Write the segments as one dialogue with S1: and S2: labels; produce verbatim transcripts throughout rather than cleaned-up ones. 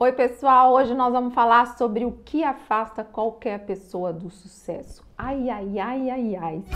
S1: Oi pessoal, hoje nós vamos falar sobre o que afasta qualquer pessoa do sucesso. Ai, ai, ai, ai, ai.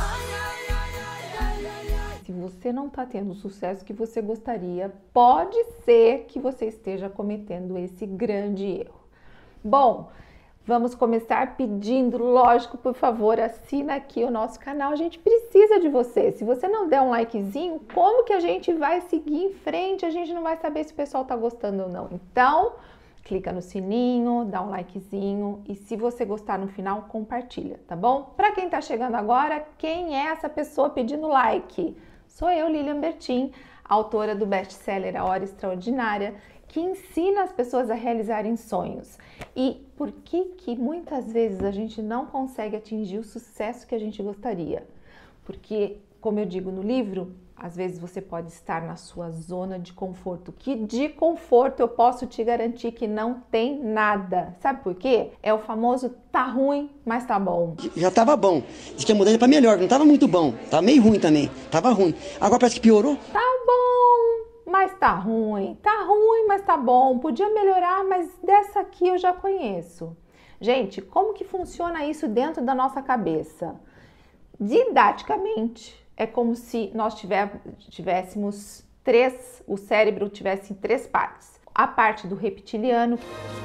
S1: Se você não está tendo o sucesso que você gostaria, pode ser que você esteja cometendo esse grande erro. Bom, vamos começar pedindo, lógico, por favor, assina aqui o nosso canal, a gente precisa de você. Se você não der um likezinho, como que a gente vai seguir em frente? A gente não vai saber se o pessoal está gostando ou não. Então, clica no sininho, dá um likezinho e se você gostar no final, compartilha, tá bom? Para quem tá chegando agora, quem é essa pessoa pedindo like? Sou eu, Lilian Bertin, autora do best-seller A Hora Extraordinária, que ensina as pessoas a realizarem sonhos. E por que que muitas vezes a gente não consegue atingir o sucesso que a gente gostaria? Porque, como eu digo no livro, às vezes você pode estar na sua zona de conforto, que de conforto eu posso te garantir que não tem nada. Sabe por quê? É o famoso tá ruim, mas tá bom.
S2: Já tava bom. Diz que a mudança para melhor, não tava muito bom. Tava meio ruim também. Tava ruim. Agora parece que piorou.
S1: Tá bom, mas tá ruim. Tá ruim, mas tá bom. Podia melhorar, mas dessa aqui eu já conheço. Gente, como que funciona isso dentro da nossa cabeça? Didaticamente, é como se nós tiver, tivéssemos três, o cérebro tivesse três partes. A parte do reptiliano,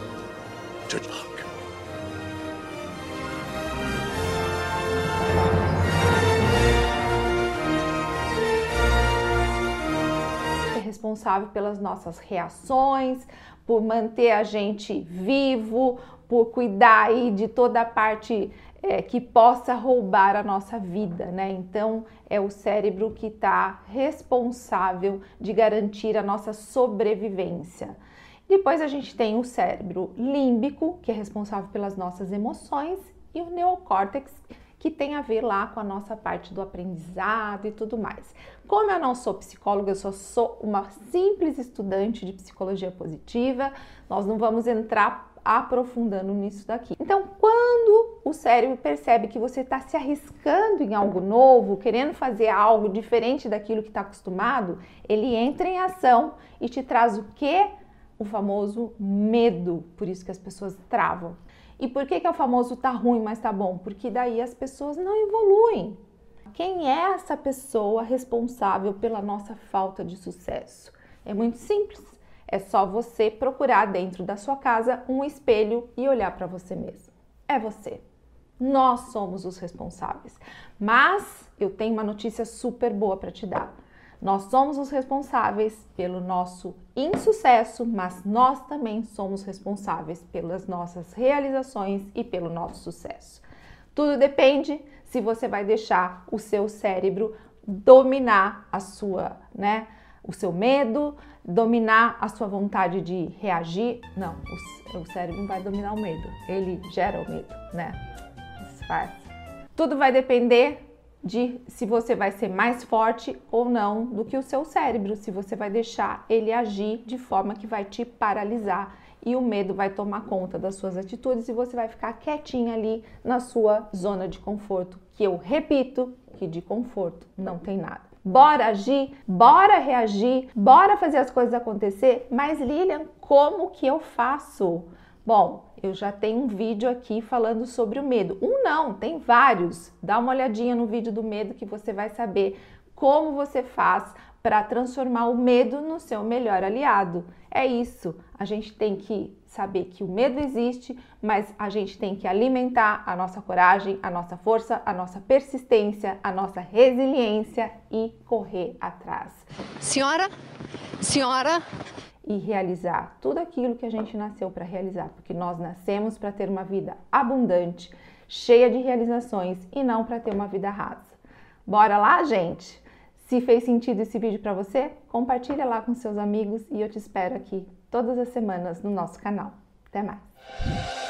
S1: é responsável pelas nossas reações, por manter a gente vivo, por cuidar aí de toda a parte é, que possa roubar a nossa vida, né? Então, é o cérebro que está responsável de garantir a nossa sobrevivência. Depois a gente tem o cérebro límbico, que é responsável pelas nossas emoções, e o neocórtex, que tem a ver lá com a nossa parte do aprendizado e tudo mais. Como eu não sou psicóloga, eu só sou uma simples estudante de psicologia positiva, nós não vamos entrar aprofundando nisso daqui. Então, quando o cérebro percebe que você está se arriscando em algo novo, querendo fazer algo diferente daquilo que está acostumado, ele entra em ação e te traz o quê? O famoso medo, por isso que as pessoas travam. E por que que é o famoso tá ruim, mas tá bom? Porque daí as pessoas não evoluem. Quem é essa pessoa responsável pela nossa falta de sucesso? É muito simples. É só você procurar dentro da sua casa um espelho e olhar para você mesmo. É você. Nós somos os responsáveis. Mas eu tenho uma notícia super boa para te dar. Nós somos os responsáveis pelo nosso insucesso, mas nós também somos responsáveis pelas nossas realizações e pelo nosso sucesso. Tudo depende se você vai deixar o seu cérebro dominar a sua, né, o seu medo, dominar a sua vontade de reagir. Não, o, o cérebro não vai dominar o medo, ele gera o medo, né? Disfarça. Tudo vai depender de se você vai ser mais forte ou não do que o seu cérebro, se você vai deixar ele agir de forma que vai te paralisar e o medo vai tomar conta das suas atitudes e você vai ficar quietinha ali na sua zona de conforto, que eu repito, que de conforto não tem nada. Bora agir, bora reagir, bora fazer as coisas acontecer, mas Lilian, como que eu faço? Bom, eu já tenho um vídeo aqui falando sobre o medo. Um não, tem vários. Dá uma olhadinha no vídeo do medo que você vai saber como você faz para transformar o medo no seu melhor aliado. É isso, a gente tem que saber que o medo existe, mas a gente tem que alimentar a nossa coragem, a nossa força, a nossa persistência, a nossa resiliência e correr atrás.
S3: Senhora, senhora...
S1: E realizar tudo aquilo que a gente nasceu para realizar, porque nós nascemos para ter uma vida abundante, cheia de realizações e não para ter uma vida rasa. Bora lá, gente? Se fez sentido esse vídeo para você, compartilha lá com seus amigos e eu te espero aqui todas as semanas no nosso canal. Até mais!